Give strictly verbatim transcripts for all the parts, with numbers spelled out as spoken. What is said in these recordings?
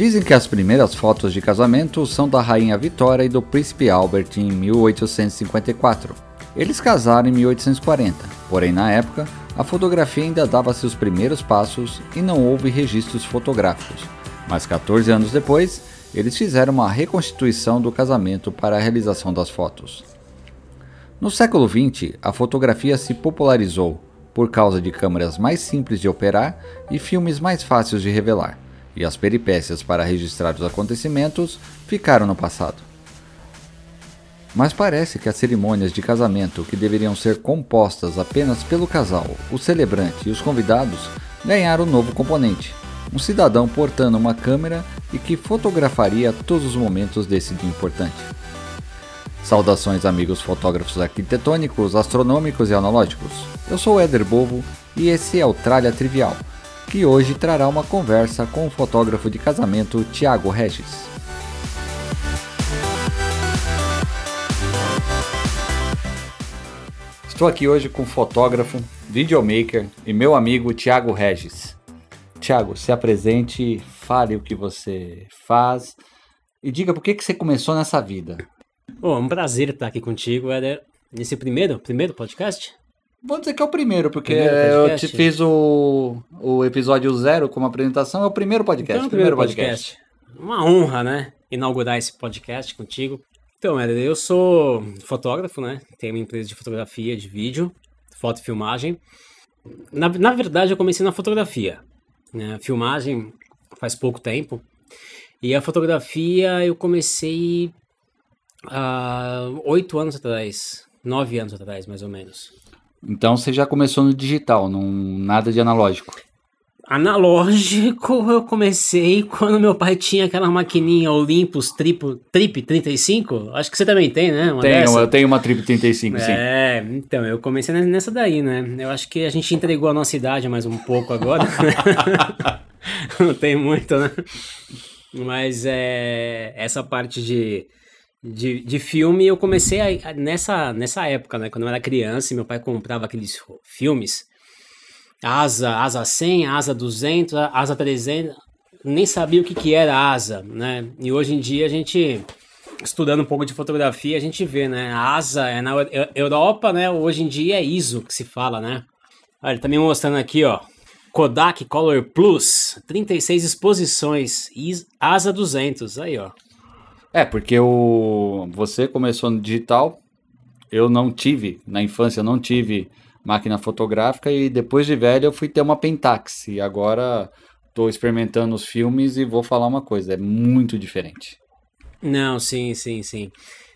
Dizem que as primeiras fotos de casamento são da Rainha Vitória e do Príncipe Albert em mil oitocentos e cinquenta e quatro. Eles casaram em mil oitocentos e quarenta, porém na época, a fotografia ainda dava seus primeiros passos e não houve registros fotográficos. Mas quatorze anos depois, eles fizeram uma reconstituição do casamento para a realização das fotos. No século vinte, a fotografia se popularizou por causa de câmeras mais simples de operar e filmes mais fáceis de revelar, e as peripécias para registrar os acontecimentos ficaram no passado. Mas parece que as cerimônias de casamento, que deveriam ser compostas apenas pelo casal, o celebrante e os convidados, ganharam um novo componente: um cidadão portando uma câmera e que fotografaria todos os momentos desse dia importante. Saudações, amigos fotógrafos arquitetônicos, astronômicos e analógicos. Eu sou o Éder Bovo e esse é o Tralha Trivial, que hoje trará uma conversa com o fotógrafo de casamento Thiago Regis. Estou aqui hoje com o fotógrafo, videomaker e meu amigo Thiago Regis. Thiago, se apresente, fale o que você faz e diga por que que você começou nessa vida. Oh, é um prazer estar aqui contigo, Éder. Nesse primeiro, primeiro podcast? Vou dizer que é o primeiro, porque Primeiro eu podcast? te fiz o, o episódio zero como apresentação, é o primeiro podcast. Então, é o primeiro podcast. Uma honra, né? Inaugurar esse podcast contigo. Então, Éder, eu sou fotógrafo, né? Tenho uma empresa de fotografia, de vídeo, foto e filmagem. Na, na verdade, eu comecei na fotografia, né? Filmagem faz pouco tempo. E a fotografia eu comecei há oito anos atrás, nove anos atrás, mais ou menos. Então você já começou no digital, não, nada de analógico. Analógico eu comecei quando meu pai tinha aquela maquininha Olympus Trip, Trip trinta e cinco. Acho que você também tem, né? Uma Tenho, dessa? eu tenho uma Trip trinta e cinco, sim. É, então, eu comecei nessa daí, né? Eu acho que a gente entregou a nossa idade mais um pouco agora. Não tem muito, né? Mas é, essa parte de... De, de filme, eu comecei a, a, nessa, nessa época, né? Quando eu era criança e meu pai comprava aqueles filmes. Asa, Asa cem, Asa duzentos, Asa trezentos. Nem sabia o que, que era Asa, né? E hoje em dia a gente, estudando um pouco de fotografia, a gente vê, né? A Asa é na Europa, né? Hoje em dia é I S O que se fala, né? Olha, ele tá me mostrando aqui, ó. Kodak Color Plus, trinta e seis exposições, Asa duzentos, aí, ó. É, porque o... você começou no digital, eu não tive, na infância eu não tive máquina fotográfica e depois de velho eu fui ter uma Pentax e agora estou experimentando os filmes e vou falar uma coisa, é muito diferente. Não, sim, sim, sim.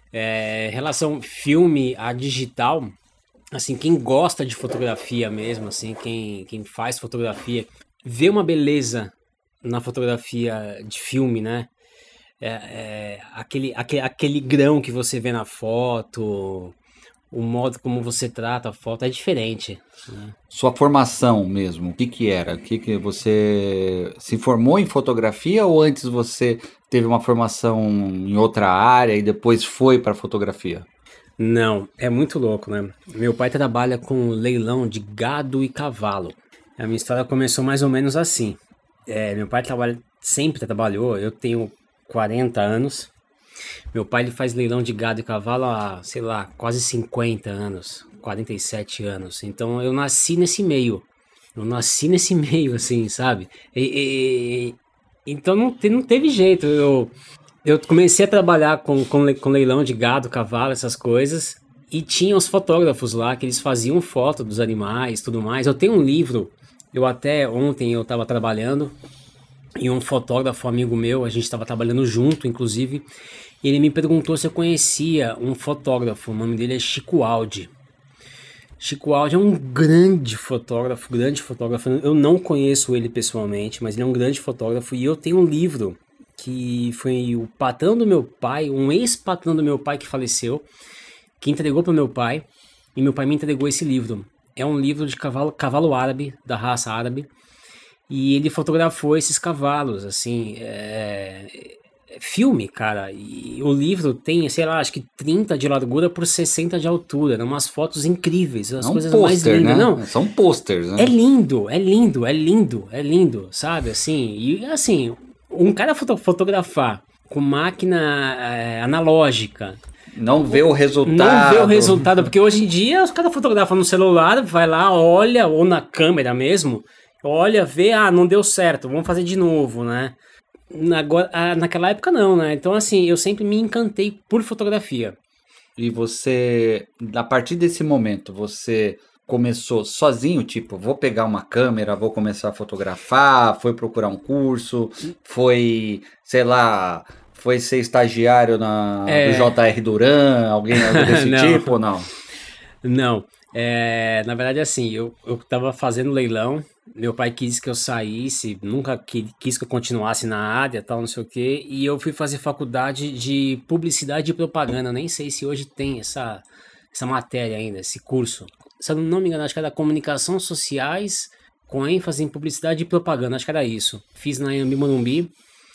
É, relação filme a digital, assim, quem gosta de fotografia mesmo, assim, quem, quem faz fotografia, vê uma beleza na fotografia de filme, né? É, é, aquele, aquele, aquele grão que você vê na foto, o modo como você trata a foto é diferente, né? Sua formação mesmo, o que que era? O que que você se formou em fotografia ou antes você teve uma formação em outra área e depois foi para fotografia? Não, é muito louco, né? Meu pai trabalha com leilão de gado e cavalo. A minha história começou mais ou menos assim. É, meu pai trabalha, sempre trabalhou, eu tenho quarenta anos. Meu pai ele faz leilão de gado e cavalo há, sei lá, quase cinquenta anos, quarenta e sete anos. Então eu nasci nesse meio. Eu nasci nesse meio, assim, sabe? E, e, então não, te, não teve jeito. Eu, eu comecei a trabalhar com, com, com leilão de gado, cavalo, essas coisas. E tinha os fotógrafos lá que eles faziam foto dos animais, tudo mais. Eu tenho um livro, eu até ontem eu estava trabalhando. E um fotógrafo amigo meu, a gente estava trabalhando junto, inclusive, e ele me perguntou se eu conhecia um fotógrafo, o nome dele é Chico Aldi. Chico Aldi é um grande fotógrafo, grande fotógrafo, eu não conheço ele pessoalmente, mas ele é um grande fotógrafo, e eu tenho um livro que foi o patrão do meu pai, um ex-patrão do meu pai que faleceu, que entregou para o meu pai, e meu pai me entregou esse livro. É um livro de cavalo, cavalo árabe, da raça árabe, e ele fotografou esses cavalos, assim, é, é filme, cara, e o livro tem, sei lá, acho que trinta de largura por sessenta de altura, né? Umas fotos incríveis, as é um coisas poster, mais lindas, né? não? São posters, né? É lindo, é lindo, é lindo, é lindo, sabe, assim, e assim, Um cara foto- fotografar com máquina é, analógica, Não vê o resultado. não vê o resultado, porque hoje em dia os caras fotografam no celular, vai lá, olha, ou na câmera mesmo, olha, vê, ah, não deu certo, vamos fazer de novo, né? Agora, ah, naquela época não, né? Então, assim, eu sempre me encantei por fotografia. E você, a partir desse momento, você começou sozinho, tipo, vou pegar uma câmera, vou começar a fotografar, foi procurar um curso, foi, sei lá, foi ser estagiário na, do É, J R Duran, alguém algo desse não, tipo ou não? não. É, na verdade, assim, eu, eu tava fazendo leilão, meu pai quis que eu saísse, nunca qui- quis que eu continuasse na área, tal, não sei o quê, e eu fui fazer faculdade de publicidade e propaganda, nem sei se hoje tem essa, essa matéria ainda, esse curso. Se eu não me engano, acho que era comunicação sociais com ênfase em publicidade e propaganda, acho que era isso. Fiz na Anhembi Morumbi,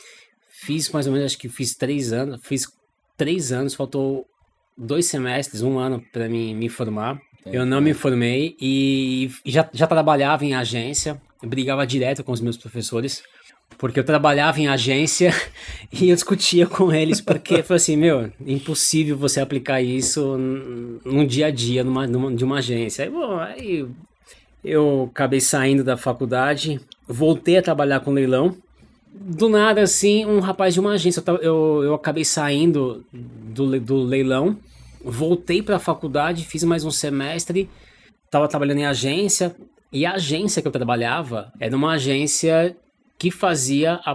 fiz mais ou menos, acho que fiz três anos, fiz três anos, faltou dois semestres, um ano para mim me formar. Eu não me formei e já, já trabalhava em agência, eu brigava direto com os meus professores, porque eu trabalhava em agência e eu discutia com eles, porque eu falei assim, meu, impossível você aplicar isso num num dia a dia numa, numa- de uma agência. Aí, bom, aí eu acabei saindo da faculdade, voltei a trabalhar com leilão. Do nada, assim, um rapaz de uma agência, eu, tava- eu, eu acabei saindo do, le- do leilão, voltei para a faculdade, fiz mais um semestre, estava trabalhando em agência, e a agência que eu trabalhava era uma agência que fazia a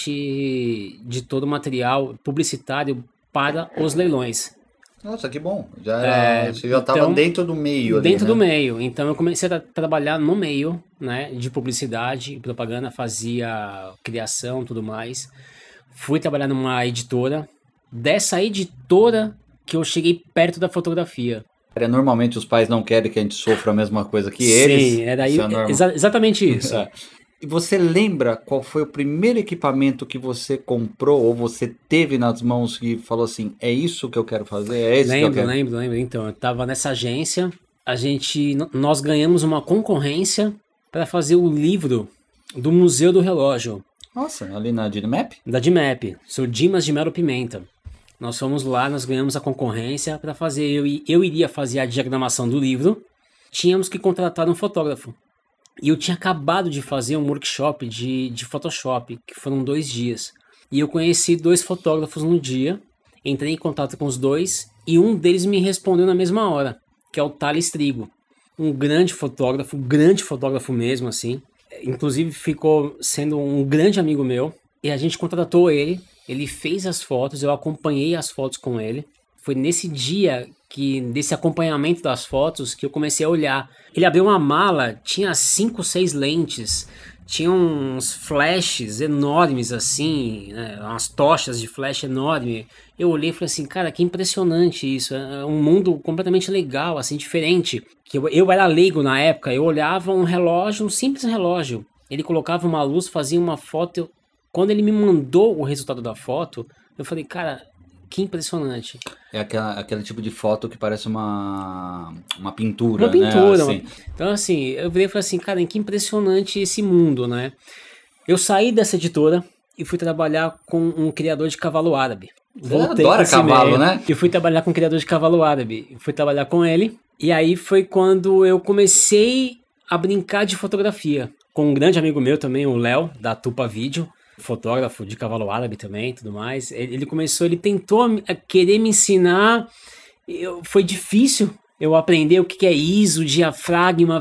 parte de todo o material publicitário para os leilões. Nossa, que bom. Já era, você já estava Então, dentro do meio ali, dentro do né? meio. Então eu comecei a tra- trabalhar no meio, né, de publicidade e propaganda, fazia criação, tudo mais. Fui trabalhar numa editora. Dessa editora que eu cheguei perto da fotografia. Normalmente os pais não querem que a gente sofra a mesma coisa que Sim, eles. era aí, Isso é normal. exa- exatamente isso. É. E você lembra qual foi o primeiro equipamento que você comprou ou você teve nas mãos e falou assim, é isso que eu quero fazer, é esse que eu Lembro, quero? lembro, lembro. Então, eu tava nessa agência, a gente, n- nós ganhamos uma concorrência para fazer o livro do Museu do Relógio, Nossa, ali na Dinamap? da DIMAP, seu Dimas de Melo Pimenta. Nós fomos lá, nós ganhamos a concorrência para fazer, eu, i- eu iria fazer a diagramação do livro, tínhamos que contratar um fotógrafo. E eu tinha acabado de fazer um workshop de, de Photoshop, que foram dois dias. E eu conheci dois fotógrafos no dia, entrei em contato com os dois, e um deles me respondeu na mesma hora, que é o Thales Trigo. Um grande fotógrafo, grande fotógrafo mesmo, assim. Inclusive ficou sendo um grande amigo meu. E a gente contratou ele, ele fez as fotos, eu acompanhei as fotos com ele. Foi nesse dia que, desse acompanhamento das fotos, que eu comecei a olhar. Ele abriu uma mala, tinha cinco, seis lentes, tinha uns flashes enormes assim, né, umas tochas de flash enorme. Eu olhei e falei assim, cara, que impressionante isso, é um mundo completamente legal, assim, diferente. Que eu, eu era leigo na época, eu olhava um relógio, um simples relógio. Ele colocava uma luz, fazia uma foto. Eu, quando ele me mandou o resultado da foto, eu falei, cara, que impressionante. É aquela, aquele tipo de foto que parece uma, uma pintura, Uma né? pintura. Assim. Então, assim, eu virei e falei assim, cara, que impressionante esse mundo, né? Eu saí dessa editora e fui trabalhar com um criador de cavalo árabe. Voltei adora pra esse cavalo, meio né? E fui trabalhar com um criador de cavalo árabe. Fui trabalhar com ele. E aí foi quando eu comecei a brincar de fotografia. Com um grande amigo meu também, o Léo, da Tupa Vídeo. Fotógrafo de cavalo árabe também, tudo mais. Ele, ele começou, ele tentou me- a querer me ensinar. Eu, foi difícil eu aprender o que que é I S O, diafragma,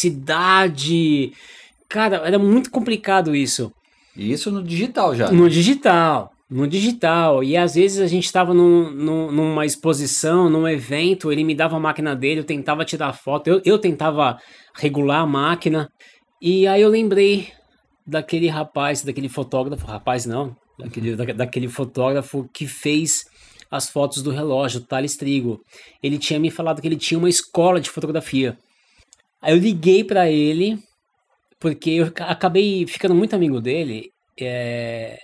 velocidade. Cara, era muito complicado isso. E isso no digital já. No digital, no digital. E às vezes a gente estava num, num- numa exposição, num evento, ele me dava a máquina dele, eu tentava tirar foto, eu, eu tentava regular a máquina. E aí eu lembrei daquele rapaz, daquele fotógrafo, rapaz não, daquele, da- daquele fotógrafo que fez as fotos do relógio, Thales Trigo. Ele tinha me falado que ele tinha uma escola de fotografia. Aí eu liguei para ele, porque eu ca- acabei ficando muito amigo dele, é,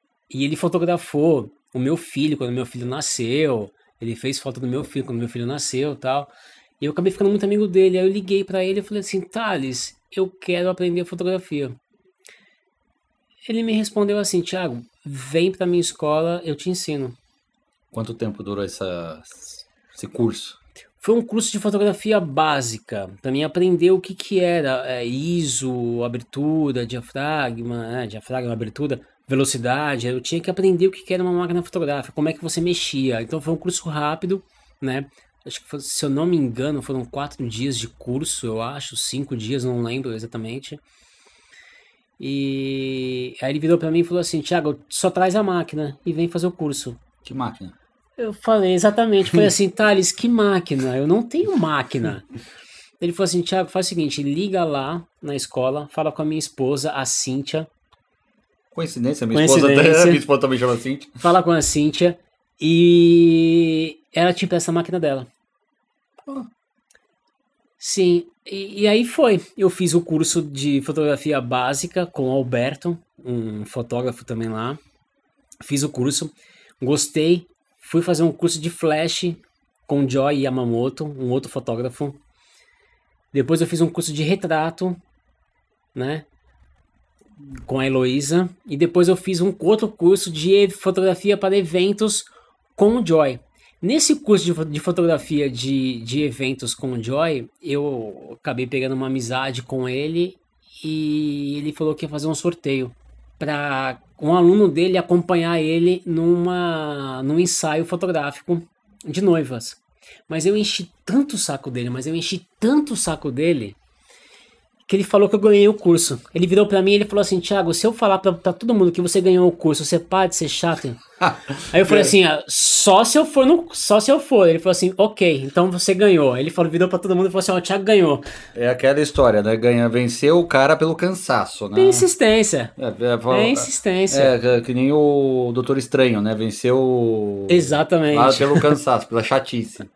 e ele fotografou o meu filho quando meu filho nasceu, ele fez foto do meu filho quando meu filho nasceu e tal. E eu acabei ficando muito amigo dele, aí eu liguei para ele e falei assim, Thales, eu quero aprender fotografia. Ele me respondeu assim, Thiago, vem pra minha escola, eu te ensino. Quanto tempo durou essa, esse curso? Foi um curso de fotografia básica, para mim aprender o que que era é, I S O, abertura, diafragma, né, diafragma, abertura, velocidade. Eu tinha que aprender o que que era uma máquina fotográfica, como é que você mexia. Então foi um curso rápido, né? Acho que, foi, se eu não me engano, foram quatro dias de curso, eu acho, cinco dias, não lembro exatamente. E aí ele virou para mim e falou assim, Thiago, só traz a máquina e vem fazer o curso. Que máquina? Eu falei, exatamente, foi assim, Thales, que máquina? Eu não tenho máquina. Ele falou assim, Thiago, faz o seguinte, liga lá na escola, fala com a minha esposa, a Cíntia. Coincidência, minha Coincidência. esposa até, minha esposa também chama Cíntia. Fala com a Cíntia e ela te empresta a máquina dela. Oh. Sim, e, e aí foi. Eu fiz o curso de fotografia básica com o Alberto, um fotógrafo também lá. Fiz o curso, gostei. Fui fazer um curso de flash com Joy Yamamoto, um outro fotógrafo. Depois eu fiz um curso de retrato, né, com a Heloísa. E depois eu fiz um outro curso de fotografia para eventos com o Joy. Nesse curso de, de fotografia de, de eventos com o Joy, eu acabei pegando uma amizade com ele e ele falou que ia fazer um sorteio para um aluno dele acompanhar ele numa, num ensaio fotográfico de noivas. Mas eu enchi tanto o saco dele, mas eu enchi tanto o saco dele, que ele falou que eu ganhei o curso. Ele virou pra mim e ele falou assim, Thiago, se eu falar pra, pra todo mundo que você ganhou o curso, você para de ser chato? Aí eu falei assim, ah, só se eu for no, só se eu for. Ele falou assim, ok, então você ganhou. Ele falou, virou pra todo mundo e falou assim, ó, oh, o Thiago ganhou. É aquela história, né? Ganha, venceu o cara pelo cansaço, né? Tem insistência. É, é, é insistência. É, que nem o Doutor Estranho, né? Venceu... Exatamente. Lá pelo cansaço, pela chatice.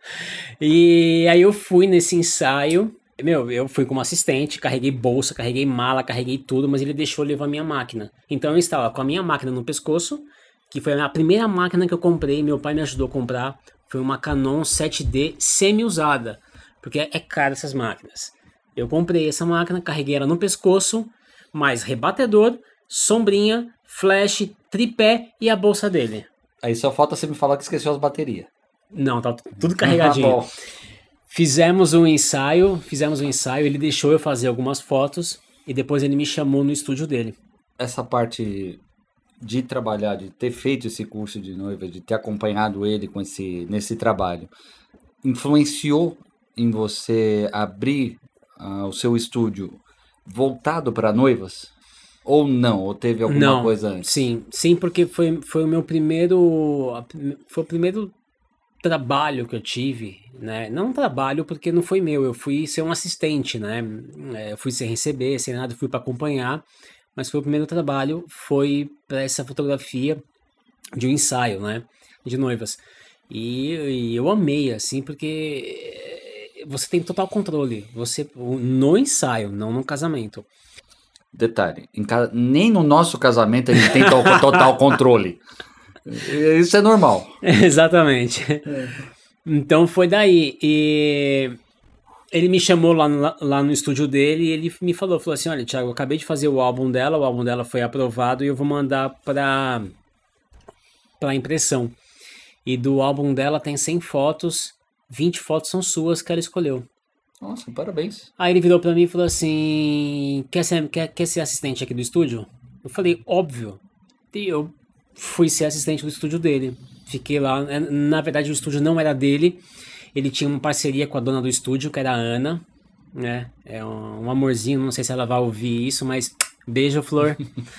E aí eu fui nesse ensaio. Meu, eu fui como assistente, carreguei bolsa, carreguei mala, carreguei tudo, mas ele deixou eu levar minha máquina. Então eu estava com a minha máquina no pescoço, que foi a primeira máquina que eu comprei, meu pai me ajudou a comprar, foi uma Canon sete D semi-usada, porque é caro essas máquinas. Eu comprei essa máquina, carreguei ela no pescoço, mais rebatedor, sombrinha, flash, tripé e a bolsa dele. Aí só falta você me falar que esqueceu as baterias. Não, tá tudo carregadinho. Ah, Fizemos um ensaio, fizemos um ensaio, ele deixou eu fazer algumas fotos e depois ele me chamou no estúdio dele. Essa parte de trabalhar, de ter feito esse curso de noiva, de ter acompanhado ele com esse, nesse trabalho, influenciou em você abrir uh, o seu estúdio voltado para noivas? Ou não? Ou teve alguma não, coisa antes? Sim, sim, porque foi, foi o meu primeiro, foi o primeiro trabalho que eu tive, né? Não trabalho porque não foi meu, eu fui ser um assistente, né? Eu fui sem receber, sem nada, fui para acompanhar, mas foi o primeiro trabalho, foi para essa fotografia de um ensaio, né? De noivas. E, e eu amei, assim, porque você tem total controle, você no ensaio, não no casamento. Detalhe, em ca... nem no nosso casamento a gente tem total controle. Isso é normal. Exatamente. É. Então foi daí. E ele me chamou lá no, lá no estúdio dele e ele me falou, falou assim, olha, Thiago, eu acabei de fazer o álbum dela, o álbum dela foi aprovado e eu vou mandar para para impressão. E do álbum dela tem cem fotos, vinte fotos são suas que ela escolheu. Nossa, parabéns. Aí ele virou para mim e falou assim, quer ser, quer, quer ser assistente aqui do estúdio? Eu falei, óbvio. E eu fui ser assistente do estúdio dele. Fiquei lá, na verdade o estúdio não era dele, ele tinha uma parceria com a dona do estúdio, que era a Ana, né? É um, um amorzinho, não sei se ela vai ouvir isso, mas beijo, Flor.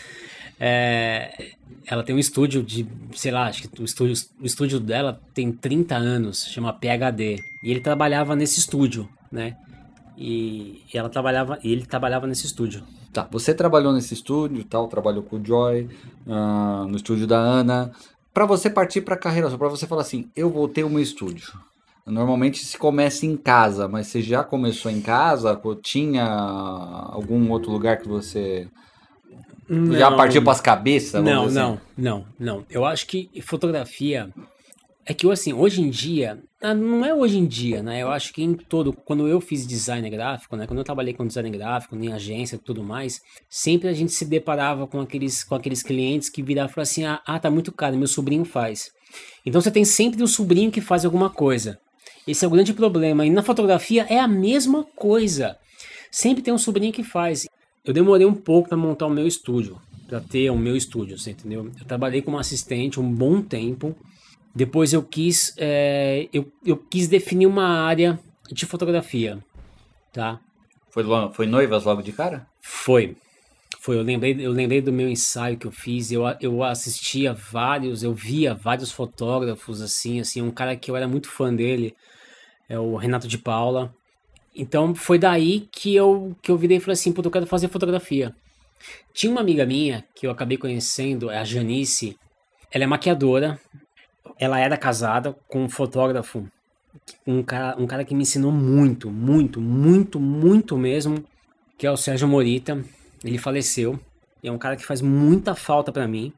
É, ela tem um estúdio de, sei lá, acho que o estúdio, o estúdio dela tem trinta anos, chama P H D, e ele trabalhava nesse estúdio, né? E, e ela trabalhava, e ele trabalhava nesse estúdio. Tá, você trabalhou nesse estúdio, tal, trabalhou com o Joy, uh, no estúdio da Ana. Para você partir para a carreira, para você falar assim, eu vou ter o meu estúdio. Normalmente se começa em casa, mas você já começou em casa? Tinha algum outro lugar que você não, já partiu para as cabeças? Não, assim? não, não, não. Eu acho que fotografia É que assim, hoje em dia, não é hoje em dia, né? Eu acho que em todo, quando eu fiz design gráfico, né? Quando eu trabalhei com design gráfico, em agência e tudo mais, sempre a gente se deparava com aqueles, com aqueles clientes que viravam e falavam assim, ah, ah, tá muito caro, meu sobrinho faz. Então você tem sempre o sobrinho que faz alguma coisa. Esse é o grande problema. E na fotografia é a mesma coisa. Sempre tem um sobrinho que faz. Eu demorei um pouco para montar o meu estúdio, para ter o meu estúdio, você entendeu? Eu trabalhei como assistente um bom tempo. Depois eu quis, é, eu, eu quis definir uma área de fotografia, tá? Foi, foi noivas logo de cara? Foi. Foi, eu lembrei, eu lembrei do meu ensaio que eu fiz, eu, eu assistia vários, eu via vários fotógrafos, assim, assim, um cara que eu era muito fã dele, é o Renato de Paula. Então foi daí que eu, que eu virei e falei assim, puta, eu quero fazer fotografia. Tinha uma amiga minha, que eu acabei conhecendo, é a Janice, ela é maquiadora, ela era casada com um fotógrafo, um cara, um cara que me ensinou muito, muito, muito, muito mesmo, que é o Sérgio Morita. Ele faleceu, e é um cara que faz muita falta pra mim,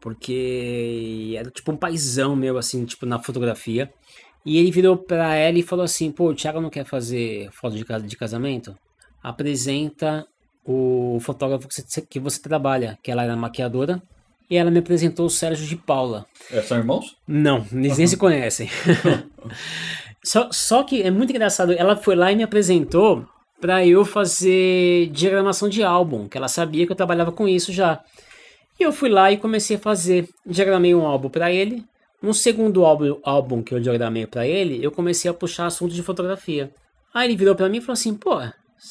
porque era tipo um paizão meu, assim, tipo, na fotografia. E ele virou pra ela e falou assim, pô, o Thiago não quer fazer foto de, de casamento? Apresenta o fotógrafo que você, que você trabalha, que ela era maquiadora, e ela me apresentou o Sérgio de Paula. É, são irmãos? Não, eles nem se conhecem. só, só que é muito engraçado, ela foi lá e me apresentou pra eu fazer diagramação de álbum, que ela sabia que eu trabalhava com isso já. E eu fui lá e comecei a fazer, diagramei um álbum pra ele. No segundo álbum, álbum que eu diagramei pra ele, eu comecei a puxar assuntos de fotografia. Aí ele virou pra mim e falou assim, pô,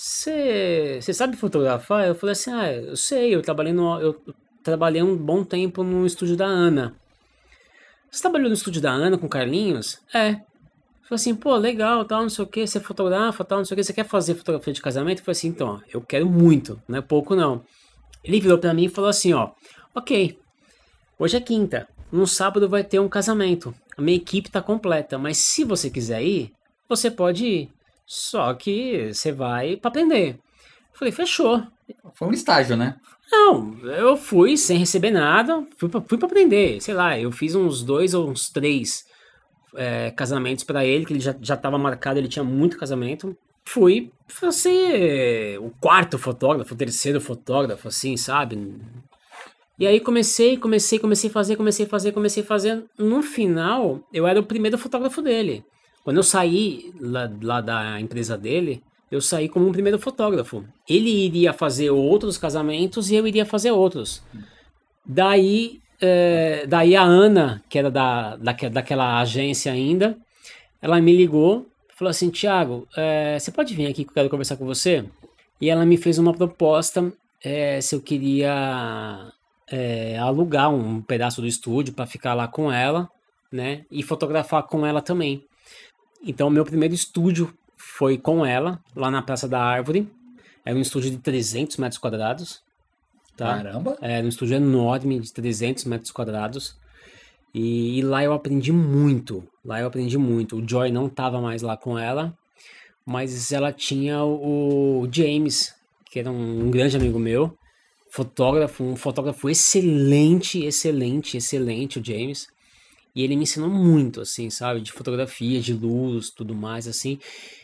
você sabe fotografar? Eu falei assim, ah, eu sei, eu trabalhei, no, eu trabalhei um bom tempo no estúdio da Ana. Você trabalhou no estúdio da Ana com o Carlinhos? É. Falei assim, pô, legal, tal, não sei o que, você fotografa, tal, não sei o que, você quer fazer fotografia de casamento? Eu falei assim, então, ó, eu quero muito, não é pouco não. Ele virou pra mim e falou assim, ó, ok, hoje é quinta, no sábado vai ter um casamento, a minha equipe tá completa, mas se você quiser ir, você pode ir, só que você vai pra aprender. Eu falei, fechou. Foi um estágio, né? Não, eu fui sem receber nada, fui pra, fui pra aprender, sei lá, eu fiz uns dois ou uns três É, casamentos pra ele, que ele já, já tava marcado, ele tinha muito casamento. Fui ser o quarto fotógrafo, o terceiro fotógrafo, assim, sabe? E aí comecei, comecei, comecei a fazer, comecei a fazer, comecei a fazer. No final, eu era o primeiro fotógrafo dele. Quando eu saí lá, lá da empresa dele, eu saí como um primeiro fotógrafo. Ele iria fazer outros casamentos e eu iria fazer outros. Daí... É, daí a Ana, que era da, da, daquela agência ainda, ela me ligou, falou assim, Thiago, é, você pode vir aqui que eu quero conversar com você? E ela me fez uma proposta, é, se eu queria é, alugar um pedaço do estúdio para ficar lá com ela, né, e fotografar com ela também. Então meu primeiro estúdio foi com ela, lá na Praça da Árvore, era um estúdio de trezentos metros quadrados. Tá? Caramba! É um estúdio enorme de trezentos metros quadrados e, e lá eu aprendi muito, lá eu aprendi muito. O Joy não tava mais lá com ela, mas ela tinha o, o James, que era um, um grande amigo meu, fotógrafo, um fotógrafo excelente, excelente, excelente, o James, e ele me ensinou muito, assim, sabe, de fotografia, de luz, tudo mais, assim.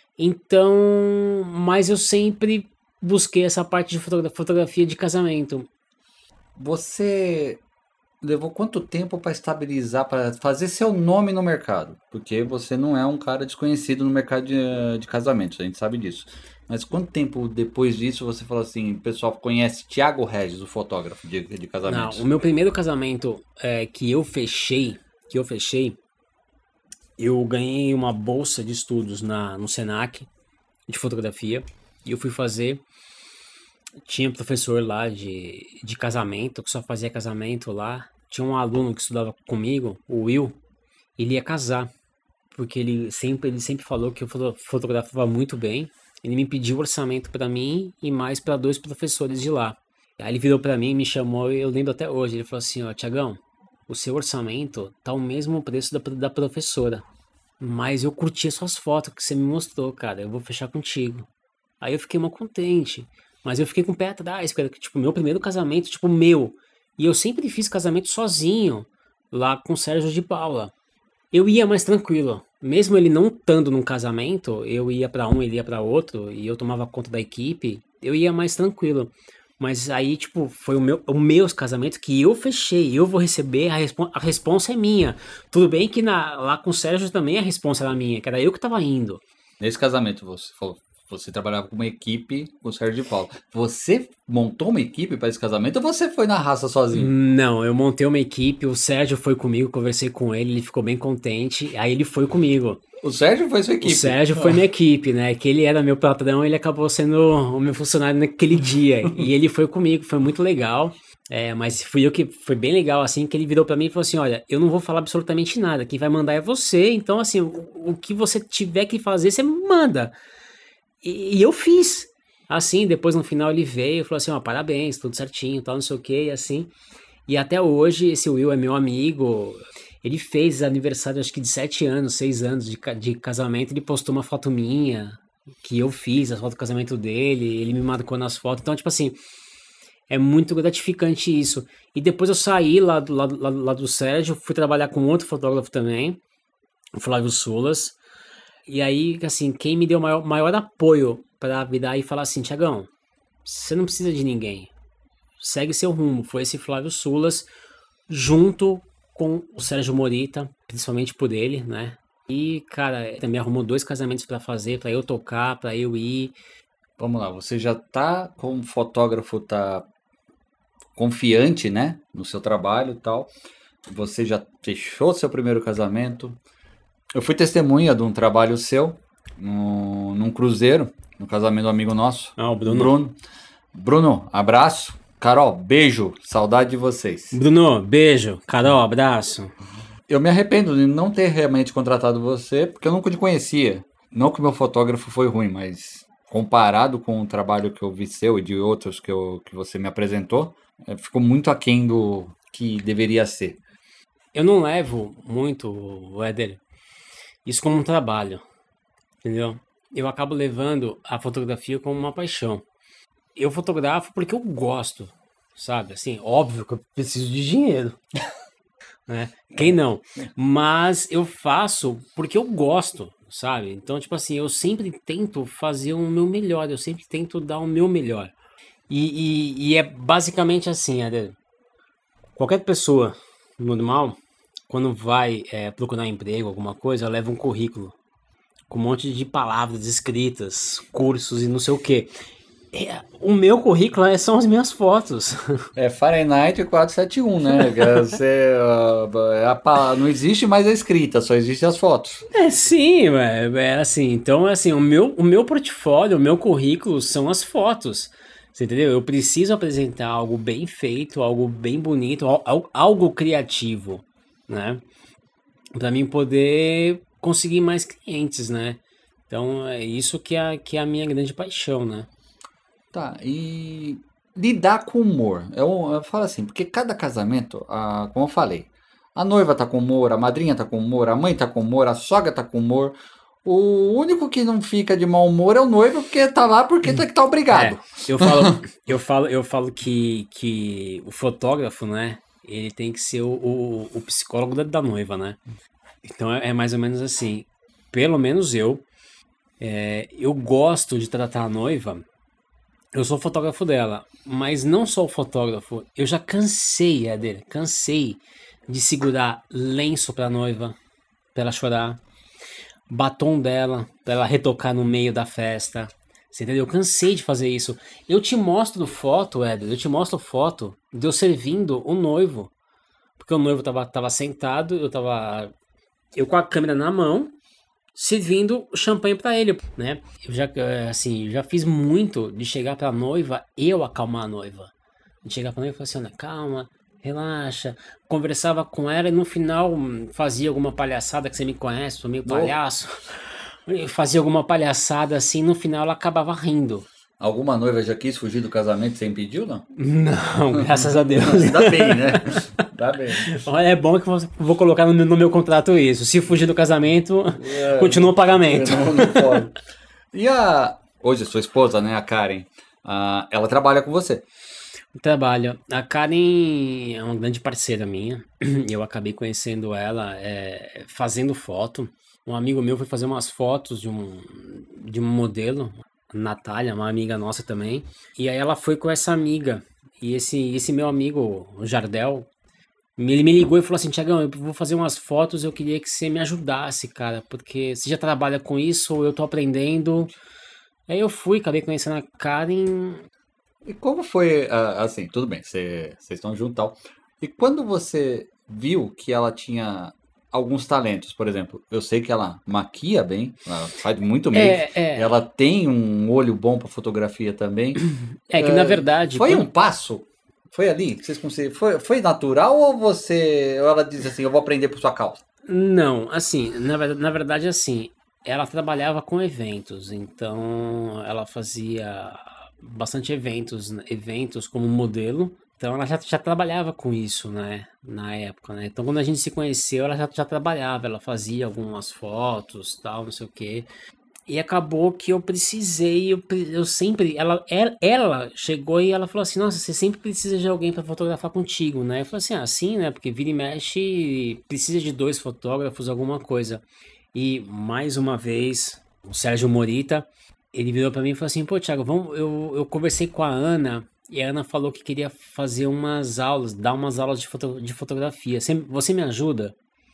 Então, mas eu sempre busquei essa parte de fotografia de casamento. Você levou quanto tempo para estabilizar, para fazer seu nome no mercado? Porque você não é um cara desconhecido no mercado de, de casamentos, a gente sabe disso. Mas quanto tempo depois disso você falou assim, o pessoal conhece Thiago Regis, o fotógrafo de, de casamentos? Não, o meu primeiro casamento é, que eu fechei, que eu fechei, eu ganhei uma bolsa de estudos na, no Senac de fotografia e eu fui fazer. Tinha um professor lá de, de casamento, que só fazia casamento lá. Tinha um aluno que estudava comigo, o Will, ele ia casar, porque ele sempre, ele sempre falou que eu fotografava muito bem. Ele me pediu orçamento para mim e mais para dois professores de lá. Aí ele virou para mim, me chamou e eu lembro até hoje. Ele falou assim, ó, Thiagão, o seu orçamento tá o mesmo preço da, da professora, mas eu curti as suas fotos que você me mostrou, cara, eu vou fechar contigo. Aí eu fiquei mal contente. Mas eu fiquei com o pé atrás, porque, tipo, meu primeiro casamento, tipo, meu. E eu sempre fiz casamento sozinho, lá com o Sérgio de Paula. eu ia mais tranquilo. Mesmo ele não estando num casamento, eu ia pra um, ele ia pra outro, e eu tomava conta da equipe, eu ia mais tranquilo. Mas aí, tipo, foi o meu, o meus casamentos que eu fechei, eu vou receber, a, respon a responsa é minha. Tudo bem que na, lá com o Sérgio também a responsa era minha, que era eu que tava indo. Nesse casamento, você falou, você trabalhava com uma equipe com o Sérgio de Paula. Você montou uma equipe para esse casamento ou você foi na raça sozinho? Não, eu montei uma equipe, o Sérgio foi comigo, conversei com ele, ele ficou bem contente, aí ele foi comigo. O Sérgio foi sua equipe? O Sérgio foi minha equipe, né? Que ele era meu patrão, ele acabou sendo o meu funcionário naquele dia. E ele foi comigo, foi muito legal. É, mas fui eu que foi bem legal, assim, que ele virou pra mim e falou assim: olha, eu não vou falar absolutamente nada, quem vai mandar é você, então, assim, o, o que você tiver que fazer, você manda. E, e eu fiz. Assim, depois no final ele veio e falou assim: ó, parabéns, tudo certinho, tal, não sei o que, e assim. E até hoje, esse Will é meu amigo. Ele fez aniversário, acho que de sete anos, seis anos de, de casamento. Ele postou uma foto minha, que eu fiz, a foto do casamento dele. Ele me marcou nas fotos. Então, tipo assim, é muito gratificante isso. E depois eu saí lá do, lá, lá, lá do Sérgio, fui trabalhar com outro fotógrafo também, o Flávio Sulas. E aí, assim, quem me deu maior, maior apoio para virar e falar assim: Tiagão, você não precisa de ninguém. Segue seu rumo. Foi esse Flávio Sulas, junto com o Sérgio Morita, principalmente por ele, né? E, cara, também arrumou dois casamentos para fazer, para eu tocar, para eu ir. Vamos lá, você já tá como fotógrafo, tá confiante, né, no seu trabalho e tal. Você já fechou seu primeiro casamento. Eu fui testemunha de um trabalho seu no, num cruzeiro, no casamento do amigo nosso. Ah, o Bruno. Bruno. Bruno, abraço. Carol, beijo. Saudade de vocês. Bruno, beijo. Carol, abraço. Eu me arrependo de não ter realmente contratado você, porque eu nunca te conhecia. Não que o meu fotógrafo foi ruim, mas comparado com o trabalho que eu vi seu e de outros que, eu, que você me apresentou, ficou muito aquém do que deveria ser. Eu não levo muito, Éder, isso como um trabalho, entendeu? Eu acabo levando a fotografia como uma paixão. Eu fotografo porque eu gosto, sabe? Assim, óbvio que eu preciso de dinheiro, né? Quem não? Mas eu faço porque eu gosto, sabe? Então, tipo assim, eu sempre tento fazer o meu melhor, eu sempre tento dar o meu melhor. E, e, e é basicamente assim, Éder. Qualquer pessoa normal, quando vai é, procurar emprego, alguma coisa, leva um currículo com um monte de palavras escritas, cursos e não sei o quê. É, o meu currículo é, são as minhas fotos. É Fahrenheit quatrocentos e setenta e um, né? Você, uh, a, não existe mais a escrita, só existem as fotos. É, sim, é, é assim. Então, assim, o meu, o meu portfólio, o meu currículo são as fotos. Você entendeu? Eu preciso apresentar algo bem feito, algo bem bonito, algo, algo criativo, né? Para mim poder conseguir mais clientes, né? Então, é isso que é, que é a minha grande paixão, né? Tá, e lidar com humor. Eu, eu falo assim, porque cada casamento, a, como eu falei, a noiva tá com humor, a madrinha tá com humor, a mãe tá com humor, a sogra tá com humor. O único que não fica de mau humor é o noivo, porque tá lá porque tá, tá obrigado. É, eu falo, eu falo, eu falo que, que o fotógrafo, né, ele tem que ser o, o, o psicólogo da, da noiva, né? Então é, é mais ou menos assim. Pelo menos eu, é, eu gosto de tratar a noiva. Eu sou fotógrafo dela, mas não sou o fotógrafo. Eu já cansei, Éder, cansei de segurar lenço pra noiva, pra ela chorar, batom dela, pra ela retocar no meio da festa. Você entendeu? Eu cansei de fazer isso. Eu te mostro foto, Éder, eu te mostro foto de eu servindo o noivo. Porque o noivo tava, tava sentado, eu tava... Eu com a câmera na mão, servindo champanhe para ele, né? Eu já, assim, já fiz muito de chegar pra noiva, eu acalmar a noiva. De chegar pra noiva e falar assim, olha, calma, relaxa. Conversava com ela e no final fazia alguma palhaçada, que você me conhece, sou meio palhaço. Fazia alguma palhaçada assim, no final ela acabava rindo. Alguma noiva já quis fugir do casamento sem pedir, não? Não, graças a Deus. Dá bem, né? Dá bem. Olha, é bom que eu vou colocar no meu, no meu contrato isso. Se fugir do casamento, é, continua o pagamento. Não, não pode. E a... Hoje, sua esposa, né, a Karen, a... ela trabalha com você. Trabalho. A Karen é uma grande parceira minha. Eu acabei conhecendo ela é, fazendo foto. Um amigo meu foi fazer umas fotos de um, de um modelo, Natália, uma amiga nossa também. E aí ela foi com essa amiga. E esse, esse meu amigo, o Jardel, ele me ligou e falou assim: Tiagão, eu vou fazer umas fotos, eu queria que você me ajudasse, cara, porque você já trabalha com isso, ou eu tô aprendendo. Aí eu fui, acabei conhecendo a Karen. E como foi, ah, assim, tudo bem, vocês estão juntos e tal. E quando você viu que ela tinha alguns talentos, por exemplo, eu sei que ela maquia bem, ela faz muito make, É, é, ela tem um olho bom para fotografia também. é que na verdade, Foi um quando, passo? Foi ali que vocês conseguiram? Foi, foi natural ou você, ou ela diz assim, eu vou aprender por sua causa? não, assim, na, ver- na verdade, assim, ela trabalhava com eventos, então ela fazia bastante eventos, né, eventos como modelo, então ela já, já trabalhava com isso, né, na época, né, então quando a gente se conheceu, ela já, já trabalhava, ela fazia algumas fotos, tal, não sei o quê, e acabou que eu precisei, eu, pre- eu sempre, ela, ela, ela chegou e ela falou assim, nossa, você sempre precisa de alguém para fotografar contigo, né? Eu falei assim, ah, sim, né? Porque vira e mexe, precisa de dois fotógrafos, alguma coisa. E mais uma vez, o Sérgio Morita, ele virou para mim e falou assim, pô, Thiago, vamos, eu, eu conversei com a Ana e a Ana falou que queria fazer umas aulas, dar umas aulas de, foto, de fotografia. Você, você me ajuda?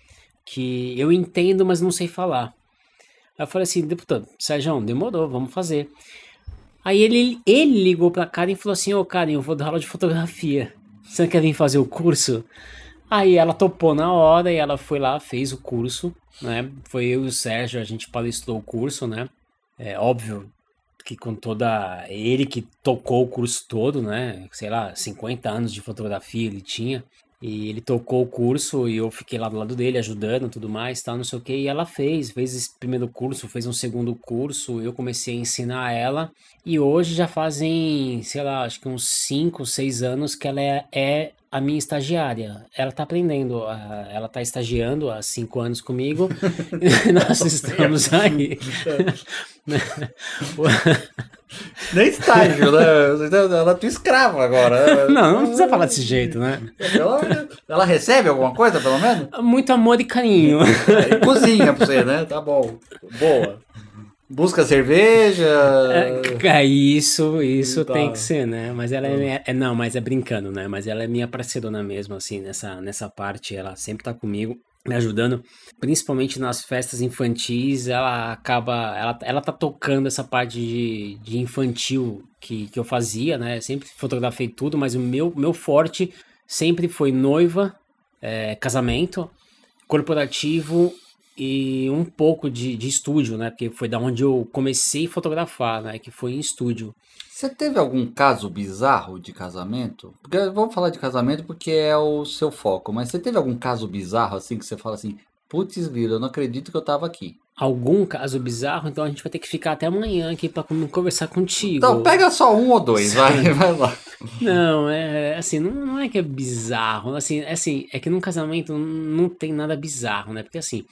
Que eu entendo, mas não sei falar. Aí eu falei assim, deputado, Sérgio, demorou, vamos fazer. Aí ele, ele ligou pra Karen e falou assim, ô Karen, eu vou dar aula de fotografia. Você quer vir fazer o curso? Aí ela topou na hora e ela foi lá, fez o curso, né? Foi eu e o Sérgio, a gente palestrou o curso, né? É óbvio que com toda... Ele que tocou o curso todo, né? Sei lá, cinquenta anos de fotografia ele tinha. E ele tocou o curso e eu fiquei lá do lado dele, ajudando, tudo mais, tal, não sei o que. E ela fez, fez esse primeiro curso, fez um segundo curso, eu comecei a ensinar ela. E hoje já fazem, sei lá, acho que uns cinco, seis anos que ela é, é a minha estagiária. Ela tá aprendendo, ah, ela tá estagiando há cinco anos comigo. E nós estamos aí. Nem estágio, né? Ela é tua escrava agora. Não, não precisa falar desse jeito, né? Ela, ela recebe alguma coisa, pelo menos? Muito amor e carinho. É, e cozinha pra você, né? Tá bom. Boa. Busca cerveja. É, é isso, isso Tá. tem que ser, né? Mas ela é, minha- é- não, mas é brincando, né? Mas ela é minha parceirona mesmo, assim, nessa, nessa parte, ela sempre tá comigo, me ajudando, principalmente nas festas infantis, ela acaba, ela, ela tá tocando essa parte de, de infantil que, que eu fazia, né? Sempre fotografei tudo, mas o meu, meu forte sempre foi noiva, é, casamento, corporativo e um pouco de, de estúdio, né? Porque foi da onde eu comecei a fotografar, né? Que foi em estúdio. Você teve algum caso bizarro de casamento? Porque vamos falar de casamento porque é o seu foco, mas você teve algum caso bizarro assim que você fala assim, putz, grilo, eu não acredito que eu tava aqui. Algum caso bizarro, então a gente vai ter que ficar até amanhã aqui para conversar contigo. Então pega só um ou dois, vai, vai lá. Não, é assim, não, não é que é bizarro, assim, é assim, é que num casamento não tem nada bizarro, né? Porque assim,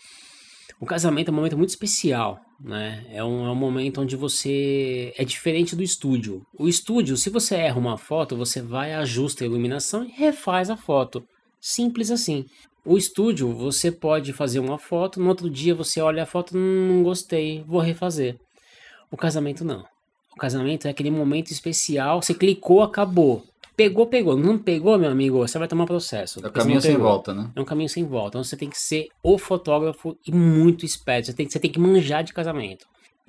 o casamento é um momento muito especial, né? É um, é um momento onde você é diferente do estúdio. O estúdio, se você erra uma foto, você vai, ajusta a iluminação e refaz a foto. Simples assim. O estúdio, você pode fazer uma foto, no outro dia você olha a foto, não gostei, vou refazer. O casamento não. O casamento é aquele momento especial, você clicou, acabou. Pegou, pegou. Não pegou, meu amigo, você vai tomar processo. É o porque você caminho não sem pegou. volta, né? É um caminho sem volta. Então você tem que ser o fotógrafo e muito esperto. Você tem, você tem que manjar de casamento.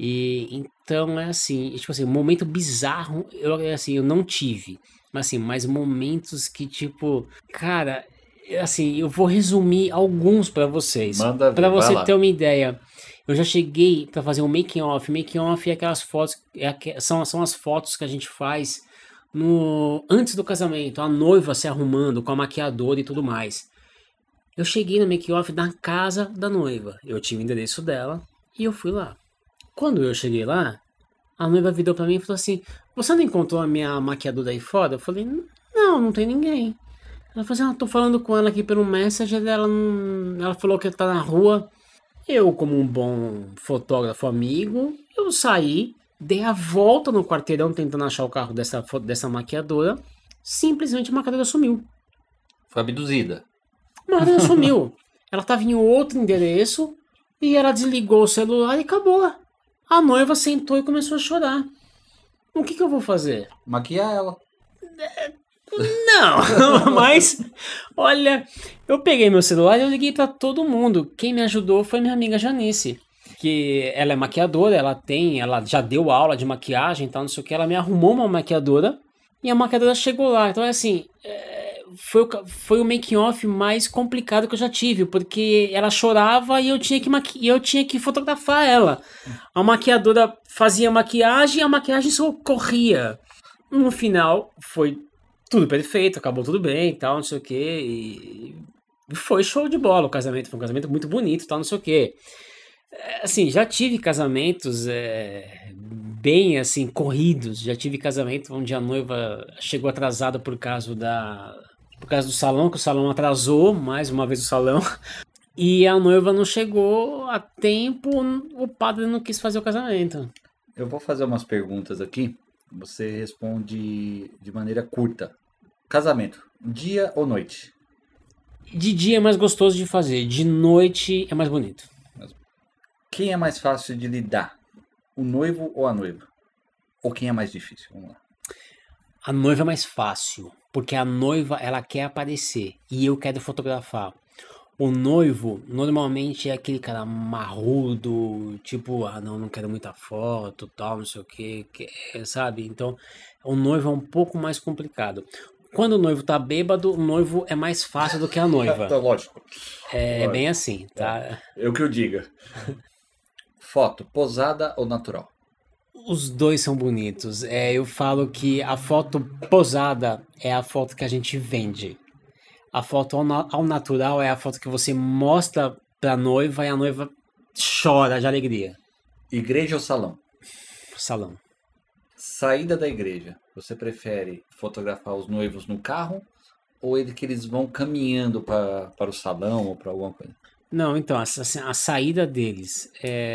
E então é assim, tipo assim, momento bizarro, eu assim, eu não tive. Mas assim, mas momentos que tipo, cara, assim, eu vou resumir alguns pra vocês. Manda ver, Pra vai você lá. ter uma ideia. Eu já cheguei pra fazer um making off. Making off é aquelas fotos, é aque- são, são as fotos que a gente faz no antes do casamento, a noiva se arrumando com a maquiadora e tudo mais. Eu cheguei no make-off da casa da noiva. Eu tinha o endereço dela e eu fui lá. Quando eu cheguei lá, a noiva virou pra mim e falou assim: Você não encontrou a minha maquiadora aí fora? Eu falei: Não, não tem ninguém. Ela falou assim: ah, tô falando com ela aqui pelo Messenger. Ela, não... ela falou que tá na rua. Eu, como um bom fotógrafo amigo, eu saí, dei a volta no quarteirão tentando achar o carro dessa, fo- dessa maquiadora. Simplesmente a maquiadora sumiu. Foi abduzida. A maquiadora sumiu. Ela estava em outro endereço e ela desligou o celular e acabou. A noiva sentou e começou a chorar. O que, que eu vou fazer? Maquiar ela. Não, mas olha, eu peguei meu celular e eu liguei pra todo mundo. Quem me ajudou foi minha amiga Janice, que ela é maquiadora, ela tem, ela já deu aula de maquiagem e tal, não sei o que, ela me arrumou uma maquiadora e a maquiadora chegou lá. Então é assim, é, foi, o, foi o making off mais complicado que eu já tive, porque ela chorava e eu tinha que maqui, eu tinha que fotografar ela. A maquiadora fazia maquiagem e a maquiagem socorria. No final foi tudo perfeito, acabou tudo bem e tal, não sei o que, e foi show de bola o casamento, foi um casamento muito bonito e tal, não sei o que. Assim, já tive casamentos é, bem, assim, corridos, já tive casamento onde a noiva chegou atrasada por causa da... por causa do salão, que o salão atrasou, mais uma vez o salão, e a noiva não chegou a tempo, o padre não quis fazer o casamento. Eu vou fazer umas perguntas aqui, você responde de maneira curta. Casamento, dia ou noite? De dia é mais gostoso de fazer, de noite é mais bonito. Quem é mais fácil de lidar? O noivo ou a noiva? Ou quem é mais difícil? Vamos lá. A noiva é mais fácil, porque a noiva ela quer aparecer e eu quero fotografar. O noivo normalmente é aquele cara marrudo, tipo, ah não, não quero muita foto, tal, não sei o que, sabe? Então, o noivo é um pouco mais complicado. Quando o noivo tá bêbado, o noivo é mais fácil do que a noiva. Então, lógico. É lógico. Bem assim, tá? É, eu que eu diga. Foto, posada ou natural? Os dois são bonitos. É, eu falo que a foto posada é a foto que a gente vende. A foto ao, na- ao natural é a foto que você mostra pra noiva e a noiva chora de alegria. Igreja ou salão? Salão. Saída da igreja. Você prefere fotografar os noivos no carro ou ele que eles vão caminhando pra, para o salão ou para alguma coisa? Não, então, a, assim, a saída deles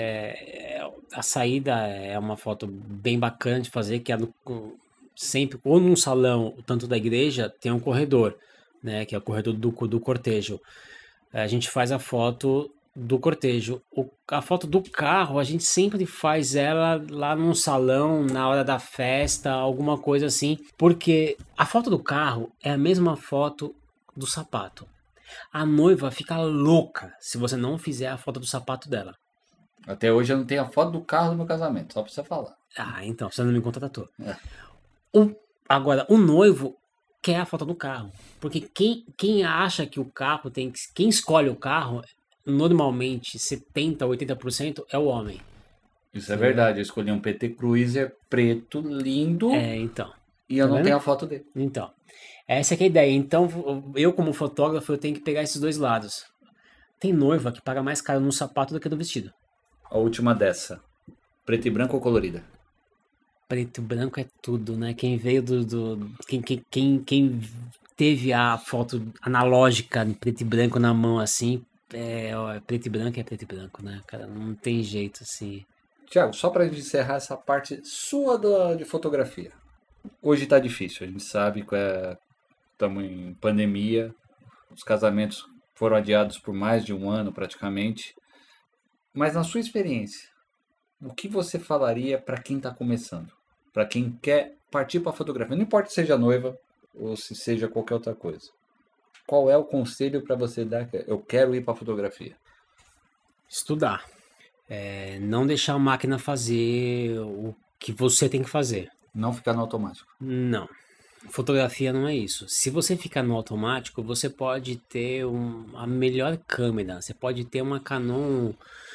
é, é- a saída é uma foto bem bacana de fazer, que é no- sempre, ou num salão, tanto da igreja, tem um corredor, né, que é o corredor do, do cortejo. A gente faz a foto do cortejo. O- a foto do carro, a gente sempre faz ela lá num salão, na hora da festa, alguma coisa assim, porque a foto do carro é a mesma foto do sapato. A noiva fica louca se você não fizer a foto do sapato dela. Até hoje eu não tenho a foto do carro do meu casamento, só pra você falar. Ah, então, você não me contratou. É. O, agora, o noivo quer a foto do carro. Porque quem, quem acha que o carro tem que... Quem escolhe o carro, normalmente, setenta, oitenta por cento é o homem. Isso é verdade, eu escolhi um P T Cruiser preto, lindo, É, então. e eu Tá não vendo? tenho a foto dele. Então, essa é que é a ideia. Então, eu como fotógrafo, eu tenho que pegar esses dois lados. Tem noiva que paga mais caro no sapato do que no vestido. A última dessa, preto e branco ou colorida? Preto e branco é tudo, né? Quem veio do... do quem, quem, quem, quem teve a foto analógica em preto e branco na mão, assim, é, ó, é preto e branco é preto e branco, né? Cara, não tem jeito, assim. Tiago, só para encerrar essa parte sua da, de fotografia. Hoje tá difícil, a gente sabe que estamos em pandemia, os casamentos foram adiados por mais de um ano praticamente. Mas na sua experiência, o que você falaria para quem está começando? Para quem quer partir para a fotografia? Não importa se seja noiva ou se seja qualquer outra coisa. Qual é o conselho para você dar? Eu quero ir para a fotografia. Estudar. É, não deixar a máquina fazer o que você tem que fazer. Não ficar no automático. Não. Fotografia não é isso. Se você ficar no automático, você pode ter um, a melhor câmera. Você pode ter uma Canon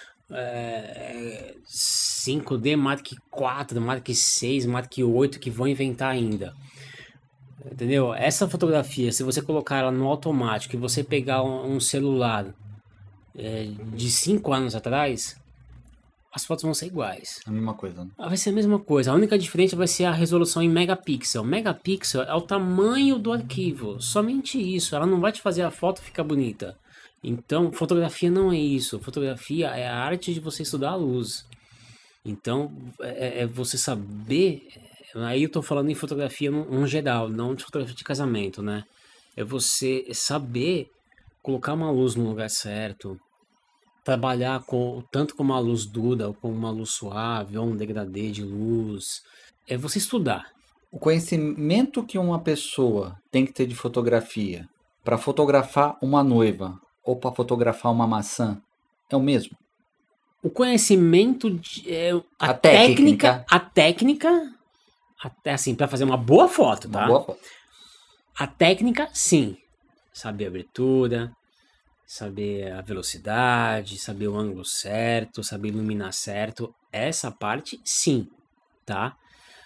é, cinco D Mark quatro, Mark seis, Mark oito que vão inventar ainda. Entendeu? Essa fotografia, se você colocar ela no automático e você pegar um, um celular é, de cinco anos atrás, as fotos vão ser iguais. A mesma coisa, né? Vai ser a mesma coisa. A única diferença vai ser a resolução em megapixel. Megapixel é o tamanho do arquivo. Somente isso. Ela não vai te fazer a foto ficar bonita. Então, fotografia não é isso. Fotografia é a arte de você estudar a luz. Então, é, é você saber aí eu tô falando em fotografia no, no geral, não de fotografia de casamento, né? É você saber colocar uma luz no lugar certo, trabalhar com tanto com uma luz dura ou com uma luz suave ou um degradê de luz. É você estudar. O conhecimento que uma pessoa tem que ter de fotografia para fotografar uma noiva ou para fotografar uma maçã é o mesmo? O conhecimento de, é, a, A técnica, técnica. a técnica, até assim, para fazer uma boa foto, tá? Uma boa foto. A técnica, sim. Saber a abertura, saber a velocidade, saber o ângulo certo, saber iluminar certo. Essa parte, sim, tá?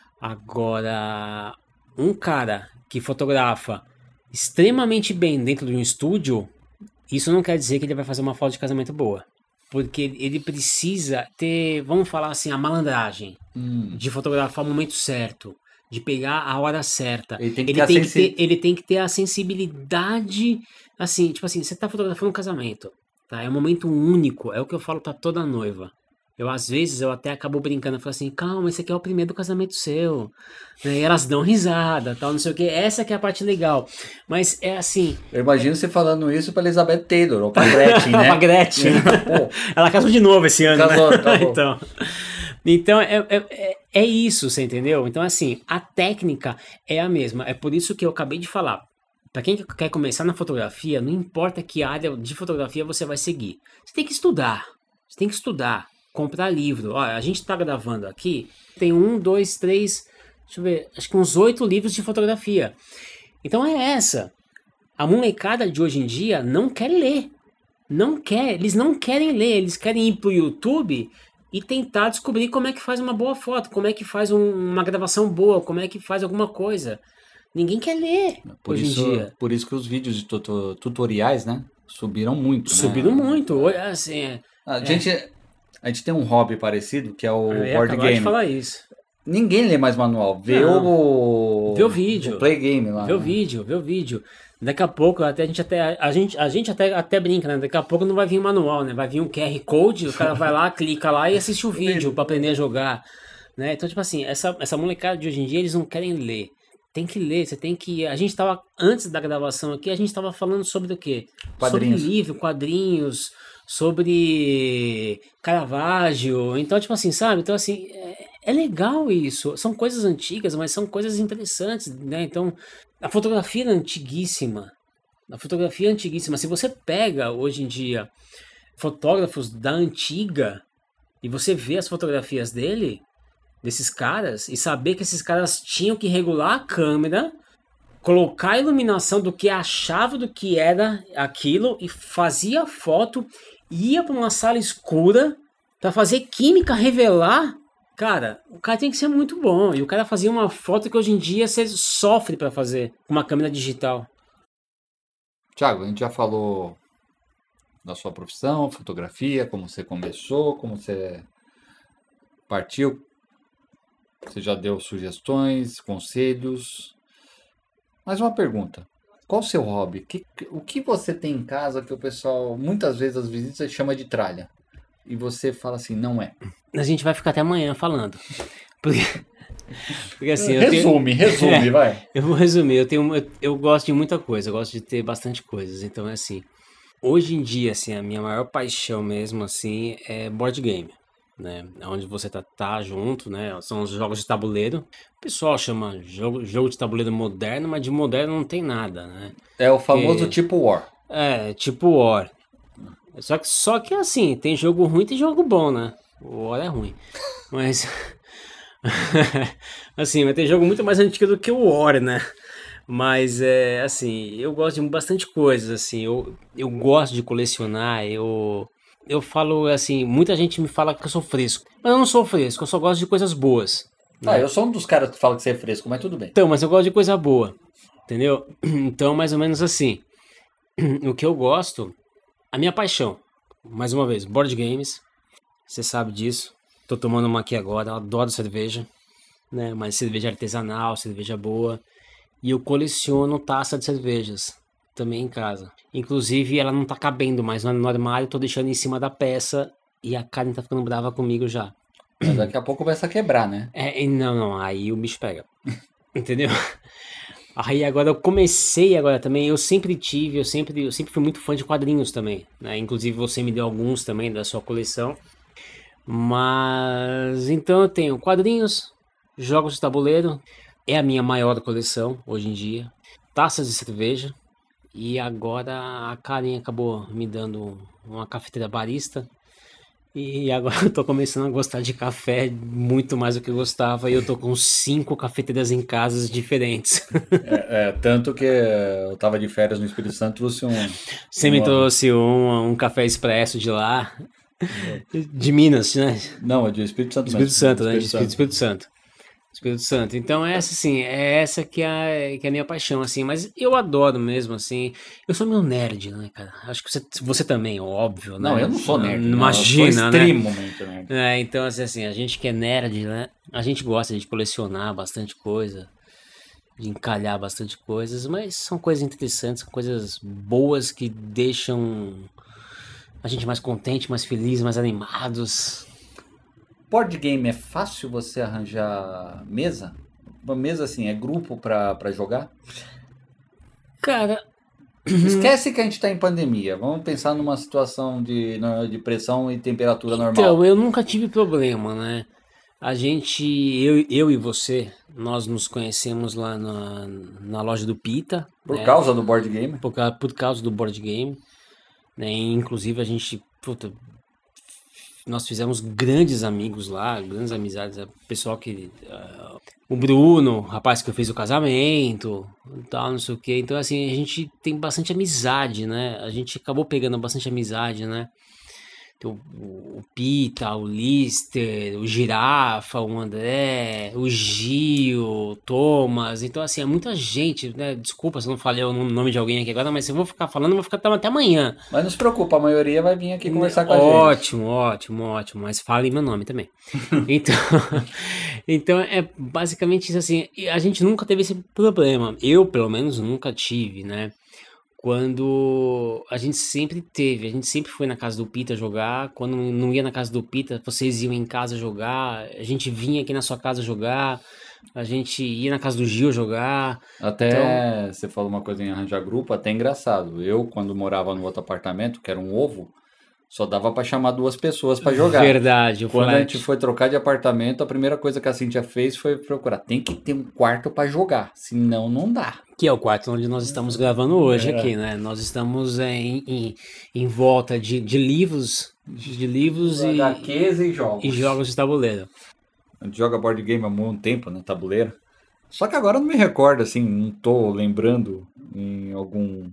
Agora, um cara que fotografa extremamente bem dentro de um estúdio, isso não quer dizer que ele vai fazer uma foto de casamento boa. Porque ele precisa ter, vamos falar assim, a malandragem Hum. de fotografar o momento certo, de pegar a hora certa. Ele tem que ele, ter tem a que sensi- ter, ele tem que ter a sensibilidade, assim, tipo assim, você tá fotografando um casamento, tá? É um momento único, é o que eu falo pra toda noiva. Eu, às vezes, eu até acabo brincando, eu falo assim, calma, esse aqui é o primeiro casamento seu. Né? E elas dão risada, tal, não sei o que. Essa que é a parte legal. Mas é assim... Eu imagino você falando isso para Elizabeth Taylor ou para Gretchen, né? pra Gretchen. Pô, Ela casou de novo esse ano, casou, né? tá bom. Então, então é, é, é- é isso, você entendeu? Então, assim, a técnica é a mesma. É por isso que eu acabei de falar. Para quem quer começar na fotografia, não importa que área de fotografia você vai seguir. Você tem que estudar. Você tem que estudar. Comprar livro. Olha, a gente tá gravando aqui. Tem um, dois, três. Deixa eu ver. Acho que uns oito livros de fotografia. Então é essa. A molecada de hoje em dia não quer ler. Não quer. Eles não querem ler. Eles querem ir pro YouTube e tentar descobrir como é que faz uma boa foto. Como é que faz um- uma gravação boa. Como é que faz alguma coisa. Ninguém quer ler Por hoje isso, em dia. por isso que os vídeos de tuto- tutoriais, né, subiram muito, né? Subiram muito. Hoje, assim, é, A gente, a gente tem um hobby parecido, que é o eu ia board acabar de game. falar isso. Ninguém lê mais manual, vê Não. o... Vê o vídeo. o play game lá. Vê o né? vídeo, vê o vídeo. Daqui a pouco, até a gente até a gente, a gente até, até brinca, né? Daqui a pouco não vai vir um manual, né? Vai vir um Q R Code, o cara vai lá, clica lá e assiste o vídeo para aprender a jogar, né? Então, tipo assim, essa essa molecada de hoje em dia, eles não querem ler. Tem que ler, você tem que... A gente tava, antes da gravação aqui, a gente tava falando sobre o quê? Quadrinhos. Sobre livro, quadrinhos, sobre Caravaggio. Então, tipo assim, sabe? Então, assim, é, é legal isso. São coisas antigas, mas são coisas interessantes, né? Então, a fotografia é antiguíssima. A fotografia é antiguíssima. Se você pega, hoje em dia, fotógrafos da antiga e você vê as fotografias dele... desses caras, e saber que esses caras tinham que regular a câmera, colocar a iluminação do que achava do que era aquilo e fazia a foto, ia para uma sala escura para fazer química revelar. Cara, o cara tem que ser muito bom. E o cara fazia uma foto que hoje em dia você sofre para fazer com uma câmera digital. Thiago, a gente já falou da sua profissão, fotografia, como você começou, como você partiu. Você já deu sugestões, conselhos. Mais uma pergunta. Qual o seu hobby? Que- o que você tem em casa que o pessoal, muitas vezes, as visitas chama de tralha? E você fala assim, não é. A gente vai ficar até amanhã falando. Porque, porque assim, eu tenho- Resume, resume, vai. Eu vou resumir, eu tenho eu, eu gosto de muita coisa, eu gosto de ter bastante coisas, então é assim, hoje em dia, assim, a minha maior paixão mesmo, assim, é board game, né, onde você tá, tá junto, né, são os jogos de tabuleiro, o pessoal chama jogo, jogo de tabuleiro moderno, mas de moderno não tem nada, né, É o famoso Que- tipo War. é, tipo War, só que, só que assim, tem jogo ruim e tem jogo bom, né, o War é ruim, mas... assim, vai ter jogo muito mais antigo do que o War, né? Mas é assim, eu gosto de bastante coisas, assim, eu, eu gosto de colecionar, eu, eu falo assim, muita gente me fala que eu sou fresco, mas eu não sou fresco, eu só gosto de coisas boas. Ah, eu sou um dos caras que fala que você é fresco, mas tudo bem. Então, mas eu gosto de coisa boa, entendeu? Então, mais ou menos assim, o que eu gosto, a minha paixão, mais uma vez, board games, você sabe disso, tô tomando uma aqui agora, eu adoro cerveja, né? Mas cerveja artesanal, cerveja boa, e eu coleciono taça de cervejas, também em casa. Inclusive, ela não tá cabendo mais no no armário, tô deixando em cima da peça, e a Karen tá ficando brava comigo já. Mas daqui a pouco começa a quebrar, né? É, não, não, aí o bicho pega. Entendeu? Aí agora eu comecei agora também, eu sempre tive, eu sempre, eu sempre fui muito fã de quadrinhos também, né? Inclusive você me deu alguns também da sua coleção. Mas então eu tenho quadrinhos, jogos de tabuleiro, é a minha maior coleção hoje em dia, taças de cerveja, e agora a Karen acabou me dando uma cafeteira barista. E agora eu tô começando a gostar de café muito mais do que eu gostava. E eu tô com cinco cafeteiras em casas diferentes. É, é, tanto que eu tava de férias no Espírito Santo, trouxe um... Você me uma- trouxe um, um café expresso de lá, de Minas, né? Não, é de Espírito Santo Espírito mesmo. Santo, né? De Espírito Espírito, Espírito Santo. Espírito Santo. Então essa assim, é essa que é, a, que é a minha paixão, assim. Mas eu adoro mesmo, assim. Eu sou meio nerd, né, cara? Acho que você, você também, óbvio, né? Não, eu não sou nerd. não, Imagina, eu sou né? extremamente nerd. É, então, assim, assim, a gente que é nerd, né? A gente gosta de colecionar bastante coisa, de encalhar bastante coisas, mas são coisas interessantes, são coisas boas que deixam a gente mais contente, mais feliz, mais animados. Board game é fácil você arranjar mesa? Uma mesa assim, é grupo pra, pra jogar? Cara, Esquece que a gente tá em pandemia. Vamos pensar numa situação de, de pressão e temperatura normal. então, eu nunca tive problema, né? A gente, eu, eu e você, nós nos conhecemos lá na, na loja do Pita, Por né? causa do board game? Por, ca- por causa do board game, né? Inclusive a gente, puta, nós fizemos grandes amigos lá, grandes amizades, é, pessoal que, ah, o Bruno, rapaz que eu fiz o casamento, e tal, não sei o que. Então assim, a gente tem bastante amizade, né? A gente acabou pegando bastante amizade, né? Tem o, o Pita, o Lister, o Girafa, o André, o Gil, o Thomas. Então, assim, é muita gente, né? Desculpa se eu não falei o nome de alguém aqui agora, mas se eu vou ficar falando, eu vou ficar até amanhã. Mas não se preocupa, a maioria vai vir aqui conversar com a gente. Ótimo, ótimo, ótimo. Mas fale meu nome também. Então, então, é basicamente isso assim. e A gente nunca teve esse problema. Eu, pelo menos, nunca tive, né? Quando a gente sempre teve, a gente sempre foi na casa do Pita jogar. Quando não ia na casa do Pita, vocês iam em casa jogar. A gente vinha aqui na sua casa jogar. A gente ia na casa do Gil jogar. Até você falou uma coisa em arranjar grupo, até engraçado. Eu, quando morava no outro apartamento, que era um ovo, só dava pra chamar duas pessoas pra jogar. Verdade, o Quando a flat. gente foi trocar de apartamento, a primeira coisa que a Cintia fez foi procurar. Tem que ter um quarto pra jogar, senão não dá. Que é o quarto onde nós estamos gravando hoje aqui, né? Nós estamos é, em, em, em volta de, de livros, de livros e, H Qs e jogos. e jogos de tabuleiro. A gente joga board game há muito tempo, né? Tabuleiro. Só que agora eu não me recordo, assim, não tô lembrando em algum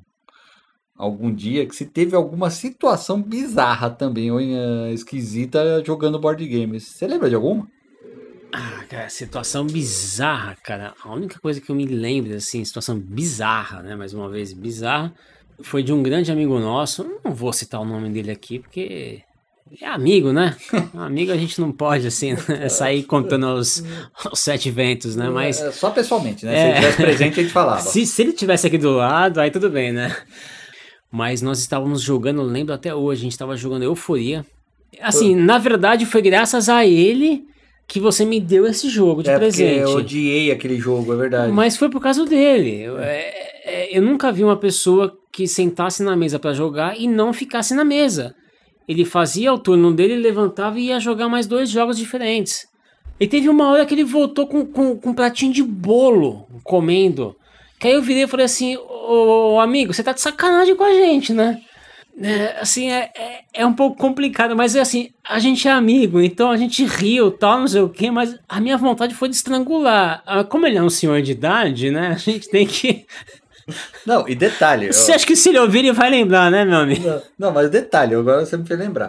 algum dia que se teve alguma situação bizarra também, ou eh, esquisita jogando board games. Você lembra de alguma? Ah, cara, situação bizarra, cara. A única coisa que eu me lembro, assim, situação bizarra, né? Mais uma vez, bizarra, foi de um grande amigo nosso. Não vou citar o nome dele aqui, porque é amigo, né? Amigo a gente não pode, assim, né? Sair contando os, os sete ventos, né? Mas É, só pessoalmente, né? Se É. ele tivesse presente, a gente falava. se, se ele tivesse aqui do lado, aí tudo bem, né? Mas nós estávamos jogando, eu lembro até hoje, a gente estava jogando Euforia. Assim, na verdade, foi graças a ele que você me deu esse jogo de É porque presente. eu odiei aquele jogo, é verdade. Mas foi por causa dele. Eu, é, é, eu nunca vi uma pessoa que sentasse na mesa para jogar e não ficasse na mesa. Ele fazia o turno dele, levantava e ia jogar mais dois jogos diferentes. E teve uma hora que ele voltou com, com, com um pratinho de bolo, comendo. Que aí eu virei e falei assim, ô, ô amigo, você tá de sacanagem com a gente, né? É, assim, é, é, é um pouco complicado, mas é assim, a gente é amigo, então a gente riu, tal, não sei o quê, mas a minha vontade foi de estrangular. Ah, como ele é um senhor de idade, né, a gente tem que... Não, e detalhe... Você eu- acha que se ele ouvir ele vai lembrar, né, meu amigo? Não, não, mas detalhe, agora você me fez lembrar.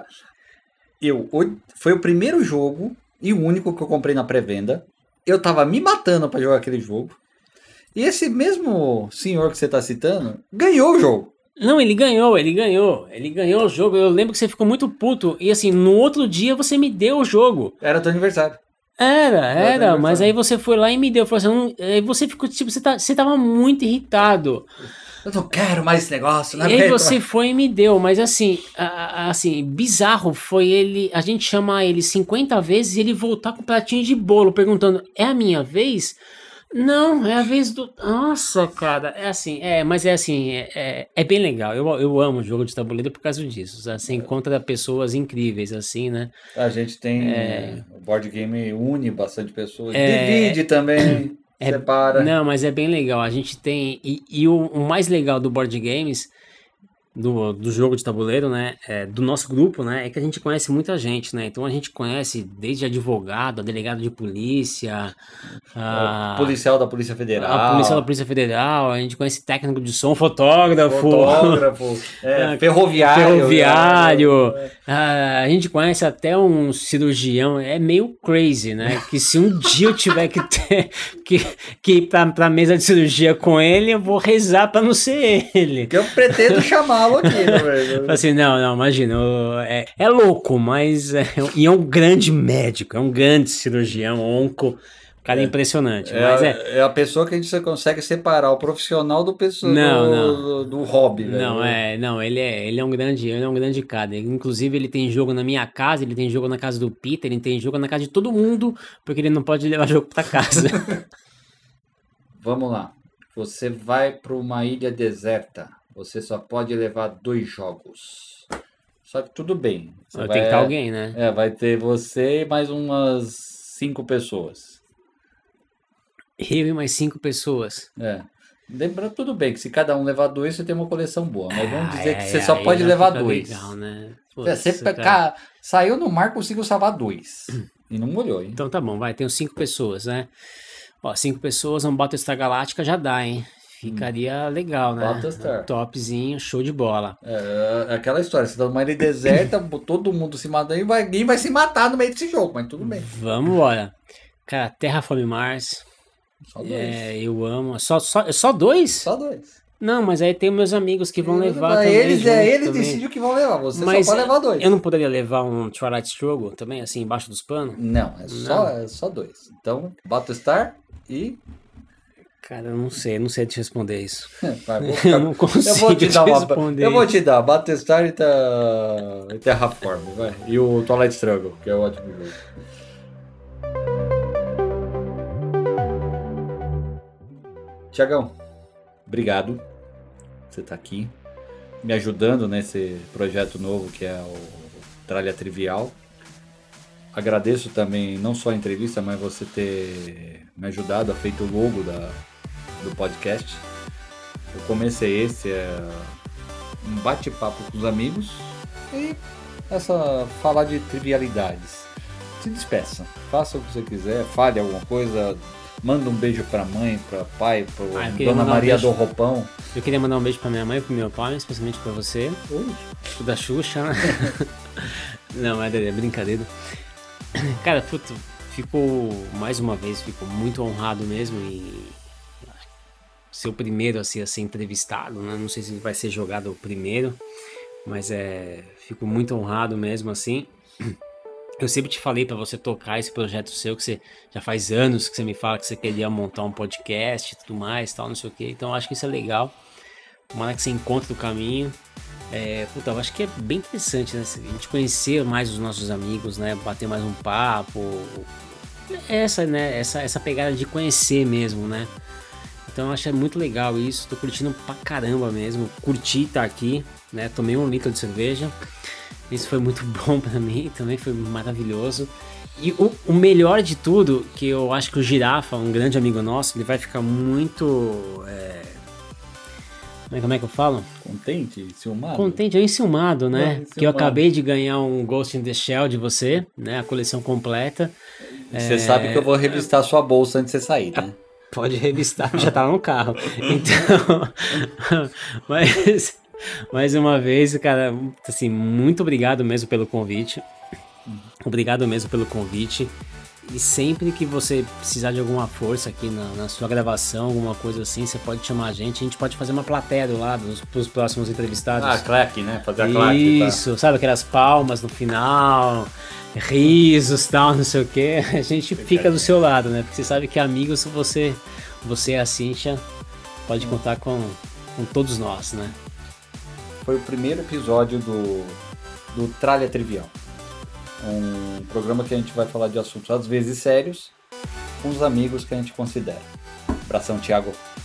Eu, o- foi o primeiro jogo e o único que eu comprei na pré-venda. Eu tava me matando pra jogar aquele jogo. E esse mesmo senhor que você tá citando ganhou o jogo. Não, ele ganhou, ele ganhou, ele ganhou o jogo, eu lembro que você ficou muito puto, e assim, no outro dia você me deu o jogo. Era teu aniversário. Era, era, aniversário. mas aí você foi lá e me deu, falou assim, não- aí você ficou, tipo, você, tá, você tava muito irritado. Eu não quero mais esse negócio. Não e aí aguento você mais. foi e me deu, mas assim, a- a- assim, bizarro foi ele, a gente chamar ele cinquenta vezes e ele voltar com o pratinho de bolo, perguntando, é a minha vez? Não, é a vez do... Nossa, cara, é assim, é, mas é assim, é, é, é bem legal, eu, eu amo jogo de tabuleiro por causa disso, você encontra pessoas incríveis, assim, né? A gente tem... É. O board game une bastante pessoas. É. Divide também, É, separa. não, mas é bem legal. A gente tem. E, e o, o mais legal do board games, do, do jogo de tabuleiro, né? É, do nosso grupo, né? É que a gente conhece muita gente, né? Então a gente conhece desde advogado, a delegado de polícia, a, O policial da Polícia Federal. a policial da Polícia Federal, a gente conhece técnico de som, fotógrafo. Fotógrafo, é, ferroviário. Ferroviário. Né? Ah, a gente conhece até um cirurgião. É meio crazy, né? Que se um dia eu tiver que ter que, que ir pra, pra mesa de cirurgia com ele, eu vou rezar pra não ser ele. Que eu pretendo chamá-lo aqui, né, velho? Assim, não, não, imagina. eu- É, é louco, mas é, e é um grande médico, é um grande cirurgião, onco. Cara, é impressionante. É, mas a- é. é a pessoa que a gente consegue separar o profissional do, pessoa, Não, do, não. do, do hobby, velho. Não, é, não, ele é, ele é um grande, ele é um grande cara. Inclusive, ele tem jogo na minha casa, ele tem jogo na casa do Peter, ele tem jogo na casa de todo mundo, porque ele não pode levar jogo pra casa. Vamos lá. Você vai para uma ilha deserta. Você só pode levar dois jogos. Só que tudo bem. Você Tem vai, que estar alguém, né? É, vai ter você e mais umas cinco pessoas. Eu e mais cinco pessoas. É. Lembrando, tudo bem, que se cada um levar dois, você tem uma coleção boa. Mas vamos dizer Ah, que é, você só aí pode já levar fica dois. legal, né? É, você Putz, pe- cara. ca- saiu no mar, conseguiu salvar dois. E não molhou, hein? Então tá bom, vai, tem cinco pessoas, né? Ó, cinco pessoas, um Battlestar Galáctica já dá, hein? Ficaria legal, né? Battlestar. Topzinho, show de bola. É, aquela história, você tá numa ilha deserta, todo mundo se matando e vai, ninguém vai se matar no meio desse jogo, mas tudo bem. Vamos embora. Cara, Terraform Mars. Só dois. É, eu amo. Só, só, só dois? Só dois. Não, mas aí tem meus amigos que vão levar Mas também. eles, é, junto eles também. decidem o que vão levar, você Mas só pode levar dois. eu não poderia levar um Twilight Struggle também, assim, embaixo dos panos? Não, é só, é só dois. Então, Battlestar e... Cara, eu não sei, eu não sei te responder isso. Vai, vou Eu ficar- não consigo eu vou te te dar uma, responder eu vou isso. te dar Battlestar e, ta... e Terraform, vai. E o Twilight Struggle, que é um ótimo jogo. Tiagão, obrigado. Você tá aqui me ajudando nesse projeto novo que é o Tralha Trivial. Agradeço também não só a entrevista, mas você ter me ajudado a feito o logo da, do podcast. O começo é esse, é um bate-papo com os amigos e essa falar de trivialidades. Se despeça, faça o que você quiser, fale alguma coisa, manda um beijo pra mãe, pra pai, pra Ah, eu queria Dona mandar um Maria beijo. do Roupão. Eu queria mandar um beijo pra minha mãe e pro meu pai, especialmente pra você. O da Xuxa, né? Não, é é brincadeira. Cara, puto, fico mais uma vez, fico muito honrado mesmo em ser o primeiro a ser, a ser entrevistado, né? Não sei se vai ser jogado o primeiro, mas é, fico muito honrado mesmo assim. Eu sempre te falei pra você tocar esse projeto seu, que você já faz anos que você me fala que você queria montar um podcast e tudo mais, tal, não sei o que. Então eu acho que isso é legal. Tomara que você encontre o caminho. É, puta, eu acho que é bem interessante, né? A gente conhecer mais os nossos amigos, né? Bater mais um papo. Essa, né? Essa, essa pegada de conhecer mesmo, né? Então eu acho muito legal isso. Tô curtindo pra caramba mesmo. Curti estar aqui, né? Tomei um litro de cerveja. Isso foi muito bom pra mim. Também foi maravilhoso. E o, o melhor de tudo, que eu acho que o Girafa, um grande amigo nosso, ele vai ficar muito... É... Como é que eu falo? Contente? Ciumado? Contente, é enciumado, né? É, Que eu enciumado. acabei de ganhar um Ghost in the Shell de você, né? A coleção completa. Você É, sabe que eu vou revistar sua bolsa antes de você sair, né? Pode revistar, já tá no carro. Então, mas, mais uma vez, cara, assim, muito obrigado mesmo pelo convite. Obrigado mesmo pelo convite. E sempre que você precisar de alguma força aqui na, na sua gravação, alguma coisa assim, você pode chamar a gente. A gente pode fazer uma plateia do lado para os próximos entrevistados. Ah, claque, né? Fazer a claque. Tá? Isso, sabe aquelas palmas no final, risos, tal, não sei o que. A gente fica do seu lado, né? Porque você sabe que amigos, você, você e a Cíntia pode contar com, com todos nós, né? Foi o primeiro episódio do, do Tralha Trivial. Um programa que a gente vai falar de assuntos às vezes sérios, com os amigos que a gente considera. Abração, Thiago.